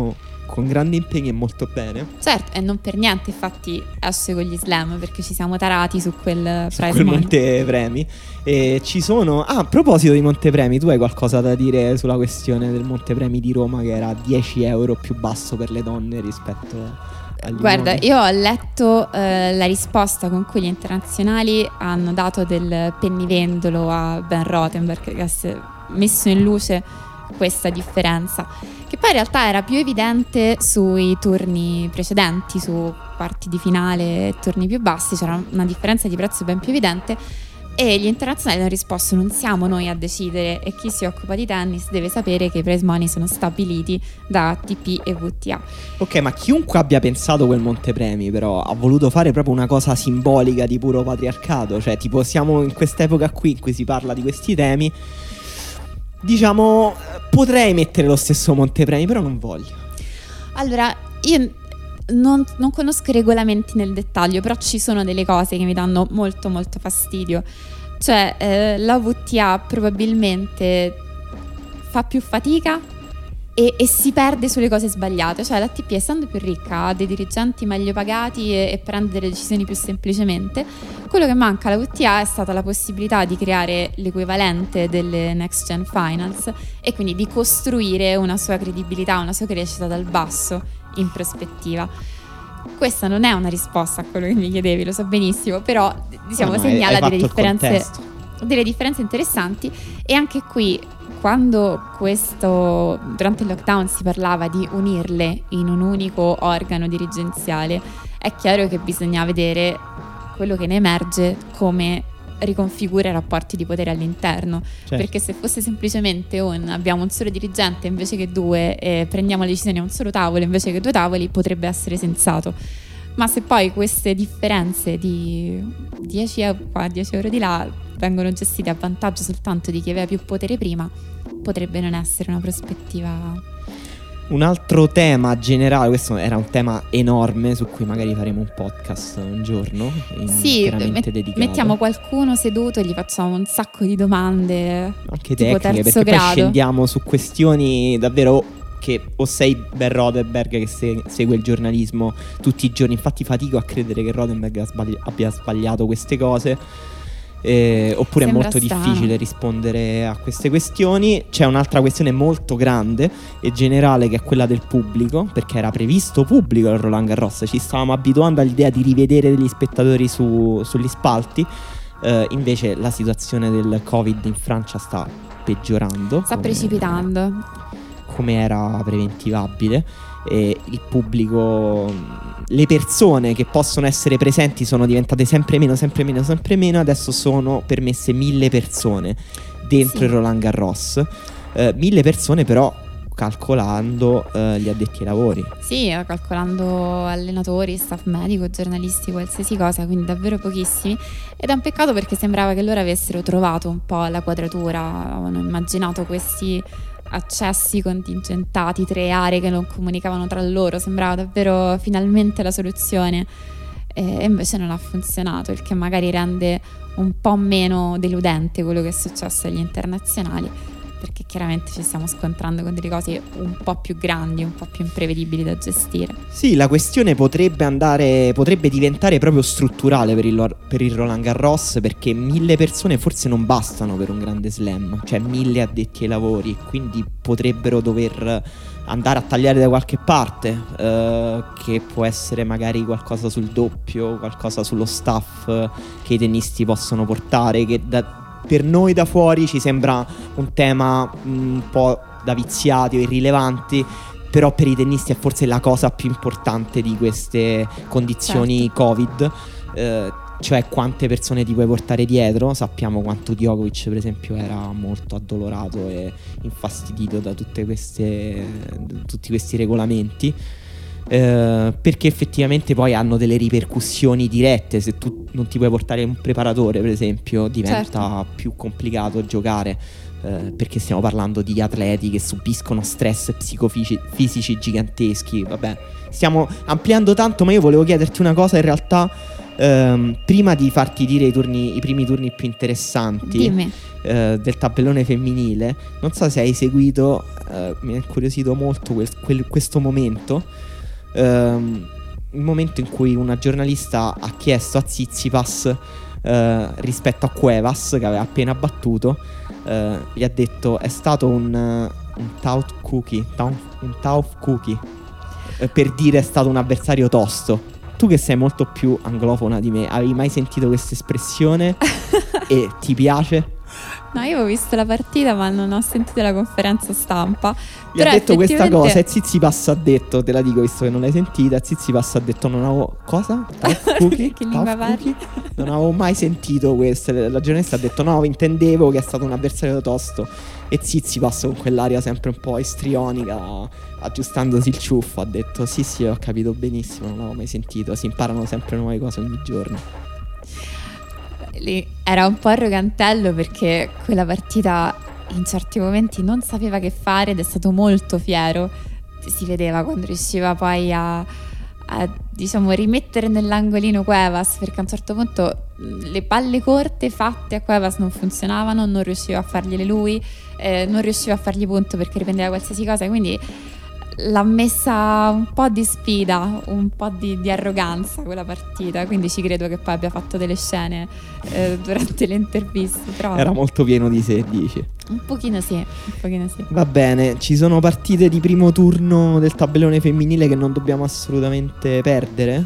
con grande impegno e molto bene. Certo, e non per niente infatti esce con gli slam, perché ci siamo tarati su quel Su prize quel money. montepremi. E ci sono... Ah, a proposito di montepremi, tu hai qualcosa da dire sulla questione del montepremi di Roma, che era dieci euro più basso per le donne rispetto agli Guarda, uomini? io ho letto eh, la risposta con cui gli internazionali hanno dato del pennivendolo a Ben Rothenberg, che ha messo in luce questa differenza, che poi in realtà era più evidente sui turni precedenti, su quarti di finale e turni più bassi, c'era una differenza di prezzo ben più evidente, e gli internazionali hanno risposto: non siamo noi a decidere, e chi si occupa di tennis deve sapere che i prize money sono stabiliti da A T P e W T A. Ok, ma chiunque abbia pensato quel montepremi però ha voluto fare proprio una cosa simbolica di puro patriarcato. Cioè tipo, siamo in quest'epoca qui in cui si parla di questi temi. Diciamo, potrei mettere lo stesso montepremi, però non voglio. Allora, io non, non conosco i regolamenti nel dettaglio, però ci sono delle cose che mi danno molto molto fastidio. Cioè, eh, la W T A probabilmente fa più fatica e, e si perde sulle cose sbagliate. Cioè, l'A T P, essendo più ricca, ha dei dirigenti meglio pagati e, e prende delle decisioni più semplicemente. Quello che manca alla W T A è stata la possibilità di creare l'equivalente delle Next Gen Finals e quindi di costruire una sua credibilità, una sua crescita dal basso in prospettiva. Questa non è una risposta a quello che mi chiedevi, lo so benissimo, però diciamo No, no, segnala hai- hai delle fatto il differenze, contesto. delle differenze interessanti. E anche qui, quando questo durante il lockdown si parlava di unirle in un unico organo dirigenziale, è chiaro che bisogna vedere quello che ne emerge, come riconfigura i rapporti di potere all'interno. Certo. Perché se fosse semplicemente un abbiamo un solo dirigente invece che due e prendiamo le decisioni a un solo tavolo invece che due tavoli, potrebbe essere sensato. Ma se poi queste differenze di dieci euro qua, dieci euro di là vengono gestite a vantaggio soltanto di chi aveva più potere prima, potrebbe non essere una prospettiva. Un altro tema generale, questo era un tema enorme su cui magari faremo un podcast un giorno Sì, interamente met- dedicato. mettiamo qualcuno seduto e gli facciamo un sacco di domande, Anche tipo tecniche, terzo perché poi grado. scendiamo su questioni davvero che o sei Ben Rothenberg che se- segue il giornalismo tutti i giorni, infatti fatico a credere che Rothenberg ha sbagli- abbia sbagliato queste cose. Eh, oppure Sembra è molto strano. difficile rispondere a queste questioni. C'è un'altra questione molto grande e generale, che è quella del pubblico, perché era previsto pubblico al Roland Garros. Ci stavamo abituando all'idea di rivedere degli spettatori su- sugli spalti. Eh, invece la situazione del Covid in Francia sta peggiorando, Sta come- precipitando. come era preventivabile, e il pubblico, le persone che possono essere presenti sono diventate sempre meno, sempre meno, sempre meno. Adesso sono permesse mille persone dentro Sì. il Roland Garros, eh, mille persone però calcolando eh, gli addetti ai lavori. Sì, calcolando allenatori, staff medico, giornalisti, qualsiasi cosa, quindi davvero pochissimi. Ed è un peccato perché sembrava che loro avessero trovato un po' la quadratura, avevano immaginato questi accessi contingentati, tre aree che non comunicavano tra loro, sembrava davvero finalmente la soluzione, e invece non ha funzionato, il che magari rende un po' meno deludente quello che è successo agli internazionali, perché chiaramente ci stiamo scontrando con delle cose un po' più grandi, un po' più imprevedibili da gestire. Sì, la questione potrebbe andare, potrebbe diventare proprio strutturale per il, per il Roland Garros, perché mille persone forse non bastano per un grande slam, cioè mille addetti ai lavori, quindi potrebbero dover andare a tagliare da qualche parte, eh, che può essere magari qualcosa sul doppio, qualcosa sullo staff eh, che i tennisti possono portare, che da, per noi da fuori ci sembra un tema mh, un po' da viziati o irrilevanti, però per i tennisti è forse la cosa più importante di queste condizioni Certo. Covid, eh, cioè quante persone ti puoi portare dietro. Sappiamo quanto Djokovic per esempio era molto addolorato e infastidito da tutte queste, da tutti questi regolamenti, eh, perché effettivamente poi hanno delle ripercussioni dirette. Se tu non ti puoi portare un preparatore per esempio diventa Certo. più complicato giocare, eh, perché stiamo parlando di atleti che subiscono stress psicofisici giganteschi. Vabbè, stiamo ampliando tanto, ma io volevo chiederti una cosa in realtà Ehm, prima di farti dire i, turni, i primi turni più interessanti Dimmi. eh, del tabellone femminile, non so se hai seguito, eh, mi ha incuriosito molto quel, quel- questo momento, ehm, il momento in cui una giornalista ha chiesto a Tsitsipas eh, rispetto a Cuevas, che aveva appena battuto, eh, gli ha detto è stato un, uh, un tough cookie, tough- un tough cookie, eh, per dire è stato un avversario tosto. Tu che sei molto più anglofona di me, avevi mai sentito questa espressione e ti piace? No, io ho visto la partita ma non ho sentito la conferenza stampa. Gli ha Però detto questa effettivamente- cosa e Tsitsipas ha detto, te la dico visto che non l'hai sentita, Tsitsipas ha detto non avevo... Cosa? Tough cookie? Che lingua Tough parli? cookie? Non avevo mai sentito questo. La giornalista ha detto no, intendevo che è stato un avversario tosto. E Tsitsipas con quell'aria sempre un po' istrionica, aggiustandosi il ciuffo, ha detto sì sì, ho capito benissimo, non l'avevo mai sentito. Si imparano sempre nuove cose ogni giorno. Lì era un po' arrogantello perché quella partita in certi momenti non sapeva che fare ed è stato molto fiero. Si vedeva quando riusciva poi a, a diciamo rimettere nell'angolino Cuevas, perché a un certo punto mh, le palle corte fatte a Cuevas non funzionavano, non riusciva a fargliele lui, eh, non riusciva a fargli punto perché riprendeva qualsiasi cosa, quindi l'ha messa un po' di sfida, un po' di, di arroganza quella partita, quindi ci credo che poi abbia fatto delle scene eh, durante le interviste, però Era molto pieno di sé, dici. un pochino sì, un pochino sì. Va bene, ci sono partite di primo turno del tabellone femminile che non dobbiamo assolutamente perdere?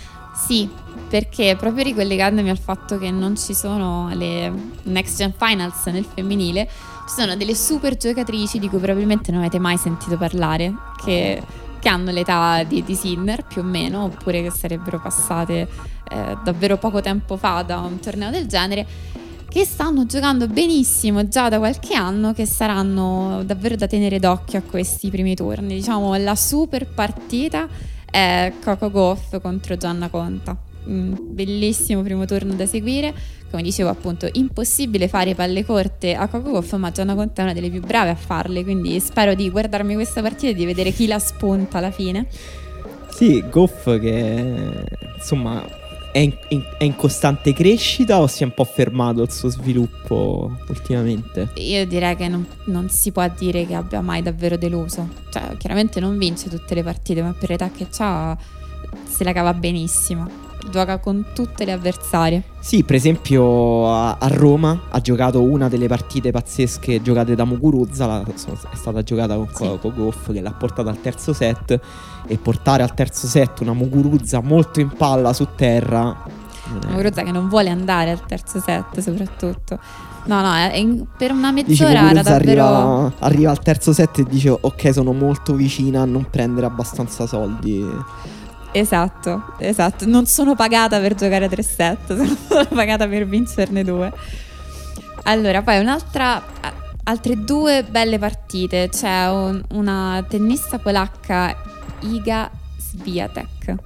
Sì, perché proprio ricollegandomi al fatto che non ci sono le Next Gen Finals nel femminile, ci sono delle super giocatrici di cui probabilmente non avete mai sentito parlare, che, che hanno l'età di, di Sinner più o meno, oppure che sarebbero passate eh, davvero poco tempo fa da un torneo del genere, che stanno giocando benissimo già da qualche anno, che saranno davvero da tenere d'occhio a questi primi turni. Diciamo la super partita è Coco Gauff contro Gianna Konta. Mm, bellissimo primo turno da seguire. Come dicevo, appunto, impossibile fare palle corte a Coco Gauff, ma Gianna Konta è una delle più brave a farle, quindi spero di guardarmi questa partita e di vedere chi la spunta alla fine. Sì, Goff che insomma è in, in- è in costante crescita o si è un po' fermato il suo sviluppo ultimamente? Io direi che non, non si può dire che abbia mai davvero deluso. Cioè, chiaramente non vince tutte le partite, ma per l'età che ha se la cava benissimo. Gioca con tutte le avversarie. Sì, per esempio a, a Roma ha giocato una delle partite pazzesche giocate da Muguruza, la- sono- è stata giocata con Sì. Coco Gauff che l'ha portata al terzo set, e portare al terzo set una Muguruza molto in palla su terra non è- Muguruza che non vuole andare al terzo set soprattutto. No, no, è in- per una Dice mezz'ora era Muguruza davvero... arriva, arriva al terzo set e dice ok, sono molto vicina a non prendere abbastanza soldi. Esatto, esatto. Non sono pagata per giocare a tre set, sono pagata per vincerne due. Allora, poi un'altra, a- altre due belle partite. C'è un- una tennista polacca, Iga Swiatek,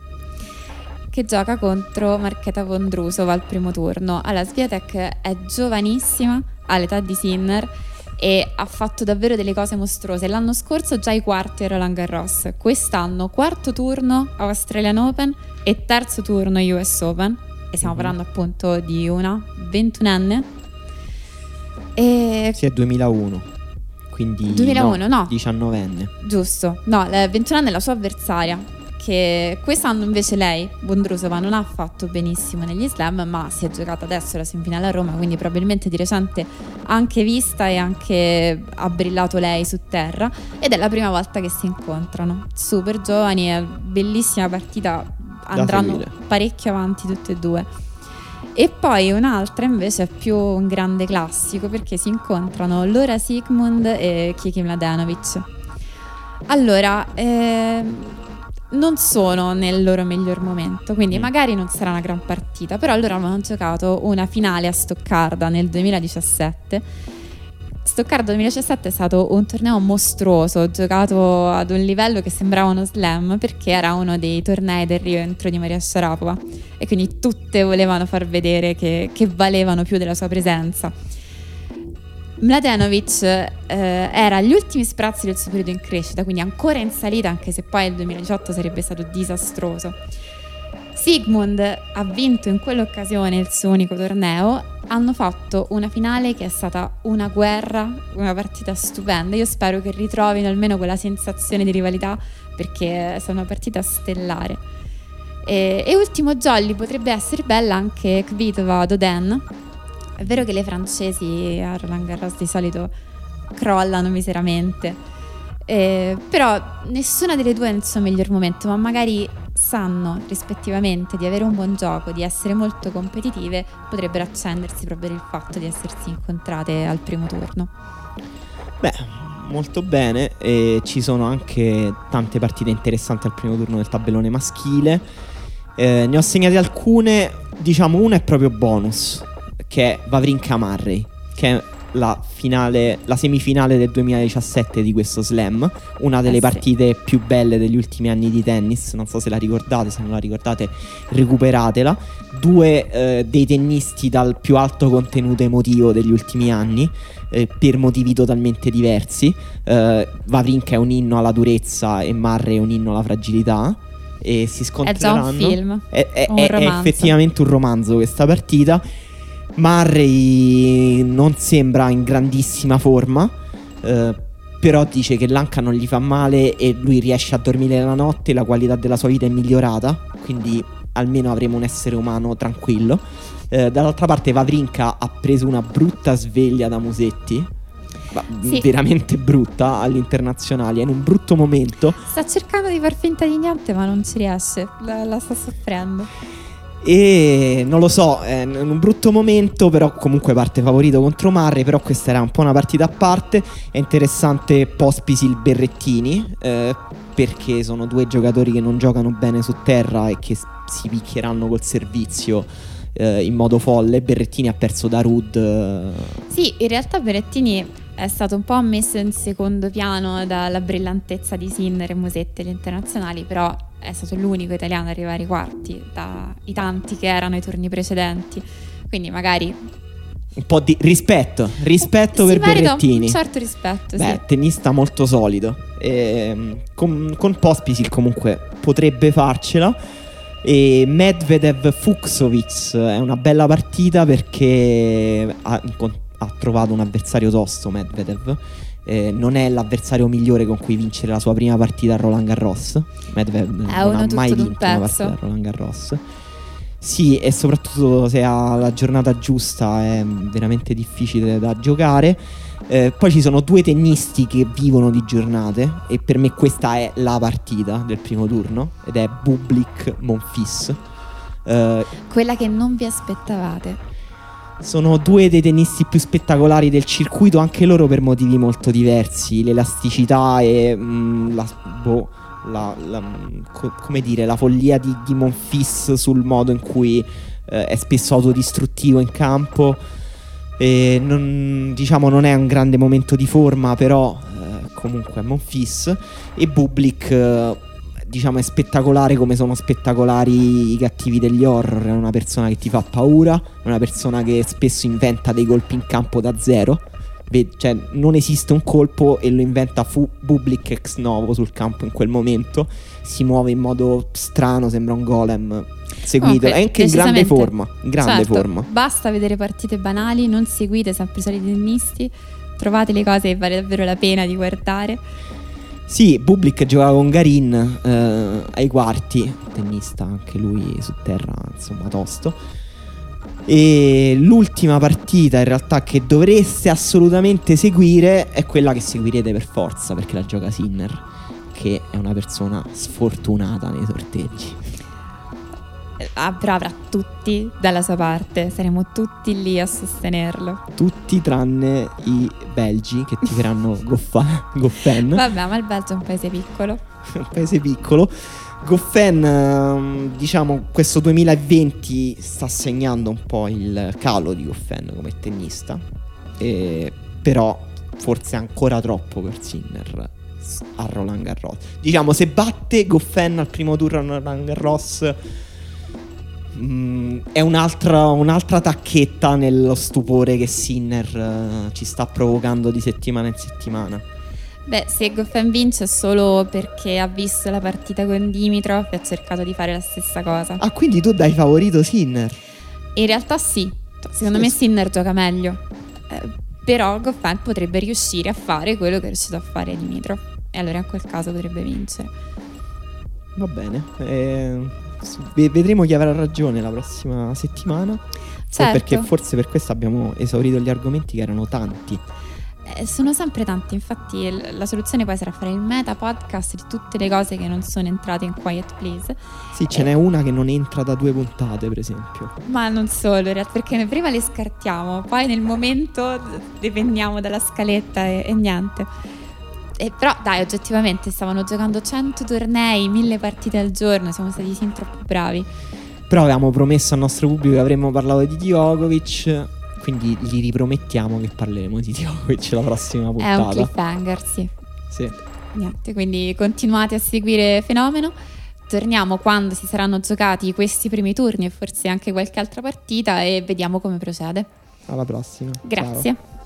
che gioca contro Marketa Vondrousova al primo turno. Allora, Swiatek è giovanissima, ha l'età di Sinner e ha fatto davvero delle cose mostruose. L'anno scorso già i quarti a Roland Garros, quest'anno quarto turno a Australian Open e terzo turno U S Open, e stiamo Mhm. parlando appunto di una ventunenne. E Sì, è duemilauno, quindi duemilauno, no. diciannovenne. giusto, no, la ventunenne è la sua avversaria, che quest'anno invece lei, Vondrousova, non ha fatto benissimo negli slam, ma si è giocata adesso la semifinale a Roma, quindi probabilmente di recente anche vista e anche ha brillato lei su terra, ed è la prima volta che si incontrano. Super giovani, è bellissima partita, andranno seguire. parecchio avanti tutte e due. E poi un'altra invece è più un grande classico, perché si incontrano Laura Siegemund e Kiki Mladenovic. Allora, ehm, non sono nel loro miglior momento, quindi Mm. magari non sarà una gran partita, però loro hanno giocato una finale a Stoccarda nel duemiladiciassette. Stoccarda duemiladiciassette è stato un torneo mostruoso, giocato ad un livello che sembrava uno slam, perché era uno dei tornei del rientro di Maria Sharapova e quindi tutte volevano far vedere che, che valevano più della sua presenza. Mladenovic eh, era agli ultimi sprazzi del suo periodo in crescita, quindi ancora in salita, anche se poi il duemiladiciotto sarebbe stato disastroso. Sigmund ha vinto in quell'occasione il suo unico torneo. Hanno fatto una finale che è stata una guerra, una partita stupenda. Io spero che ritrovino almeno quella sensazione di rivalità, perché è stata una partita stellare. E, e ultimo jolly, potrebbe essere bella anche Kvitova Dodin. È vero che le francesi a Roland Garros di solito crollano miseramente, eh, però nessuna delle due è nel suo miglior momento, ma magari sanno rispettivamente di avere un buon gioco, di essere molto competitive, potrebbero accendersi proprio il fatto di essersi incontrate al primo turno. Beh, molto bene, e ci sono anche tante partite interessanti al primo turno del tabellone maschile. Eh, ne ho segnate alcune, diciamo una è proprio bonus, che è Wawrinka Murray, che è la finale, la semifinale del duemiladiciassette di questo slam, una delle eh sì. partite più belle degli ultimi anni di tennis. Non so se la ricordate, se non la ricordate recuperatela. Due eh, dei tennisti dal più alto contenuto emotivo degli ultimi anni, eh, per motivi totalmente diversi. eh, Wawrinka è un inno alla durezza e Murray è un inno alla fragilità, e si scontreranno. È già un film, è, è, un è, è romanzo. effettivamente un romanzo questa partita. Murray non sembra in grandissima forma, eh, però dice che l'anca non gli fa male e lui riesce a dormire la notte, la qualità della sua vita è migliorata, quindi almeno avremo un essere umano tranquillo. Eh, dall'altra parte Wawrinka ha preso una brutta sveglia da Musetti, ma Sì. veramente brutta, all'internazionale, è in un brutto momento. Sta cercando di far finta di niente, ma non ci riesce, la, la sta soffrendo. E non lo so, è in un brutto momento, però comunque parte favorito contro Murray. Però questa era un po' una partita a parte. È interessante Pospisil Berrettini, eh, perché sono due giocatori che non giocano bene su terra e che si picchieranno col servizio eh, in modo folle. Berrettini ha perso da Ruud. eh. Sì, in realtà Berrettini è stato un po' messo in secondo piano dalla brillantezza di Sinner e Musetti agli internazionali, però è stato l'unico italiano ad arrivare ai quarti dai tanti che erano ai turni precedenti, quindi magari Un po' di rispetto, rispetto si per merita Berrettini. un certo rispetto. Beh, sì. tennista molto solido. E, con, con Pospisil comunque potrebbe farcela. E Medvedev Fucsovics è una bella partita perché ha, ha trovato un avversario tosto. Medvedev eh, non è l'avversario migliore con cui vincere la sua prima partita a Roland Garros. Medvedev È non uno ha tutto mai d'un vinto una pezzo. partita a Roland Garros. Sì, e soprattutto se ha la giornata giusta è veramente difficile da giocare. Eh, poi ci sono due tennisti che vivono di giornate e per me questa è la partita del primo turno, ed è Bublik Monfils. Eh, Quella che non vi aspettavate. sono due dei tennisti più spettacolari del circuito, anche loro per motivi molto diversi. L'elasticità e mh, la, boh, la, la, co- come dire, la follia di, di Monfils sul modo in cui eh, è spesso autodistruttivo in campo. E non, diciamo non è un grande momento di forma, però eh, comunque è Monfils. E Bublik eh, diciamo è spettacolare come sono spettacolari i cattivi degli horror. È una persona che ti fa paura, è una persona che spesso inventa dei colpi in campo da zero. Ve- cioè non esiste un colpo e lo inventa fu- Bublik ex novo sul campo in quel momento. Si muove in modo strano, sembra un golem. Seguito, Comunque, è anche in grande decisamente. forma, in grande Certo, forma. basta vedere partite banali, non seguite sempre i soliti tennisti, trovate le cose che vale davvero la pena di guardare. Sì, Bublik giocava con Garin eh, ai quarti, tennista anche lui su terra, insomma, tosto. E l'ultima partita in realtà che dovreste assolutamente seguire è quella che seguirete per forza, perché la gioca Sinner, che è una persona sfortunata nei sorteggi. Ah, però avrà tutti dalla sua parte, saremo tutti lì a sostenerlo. Tutti tranne i belgi che tireranno Goffa- Goffen. Vabbè, ma il Belgio è un paese piccolo. Un paese piccolo. Goffen, ehm, diciamo, questo duemilaventi sta segnando un po' il calo di Goffen come tennista, e, però forse ancora troppo per Sinner a Roland Garros. Diciamo, se batte Goffen al primo turno a Roland Garros, mh, è un'altra, un'altra tacchetta nello stupore che Sinner eh, ci sta provocando di settimana in settimana. Beh, se Goffin vince è solo perché ha visto la partita con Dimitrov e ha cercato di fare la stessa cosa. Ah, quindi tu dai favorito Sinner? In realtà sì, secondo Sì, me sì. Sinner gioca meglio, eh, però Goffin potrebbe riuscire a fare quello che è riuscito a fare Dimitrov e allora in quel caso potrebbe vincere. Va bene, eh, vedremo chi avrà ragione la prossima settimana. Certo. Perché forse per questo abbiamo esaurito gli argomenti, che erano tanti. Eh, sono sempre tanti, infatti l- la soluzione poi sarà fare il meta podcast di tutte le cose che non sono entrate in Quiet Please. Sì, ce Eh. n'è una che non entra da due puntate, per esempio. Ma non solo, in realtà, perché noi prima le scartiamo, poi nel momento d- dipendiamo dalla scaletta e, e niente. E però dai, oggettivamente stavano giocando cento tornei, mille partite al giorno, siamo stati sin troppo bravi. Però avevamo promesso al nostro pubblico che avremmo parlato di Djokovic, quindi gli ripromettiamo che parleremo di Djokovic la prossima È puntata. un cliffhanger, sì. Sì. Niente, quindi continuate a seguire Fenomeno. Torniamo quando si saranno giocati questi primi turni e forse anche qualche altra partita e vediamo come procede. Alla prossima. Grazie. Ciao.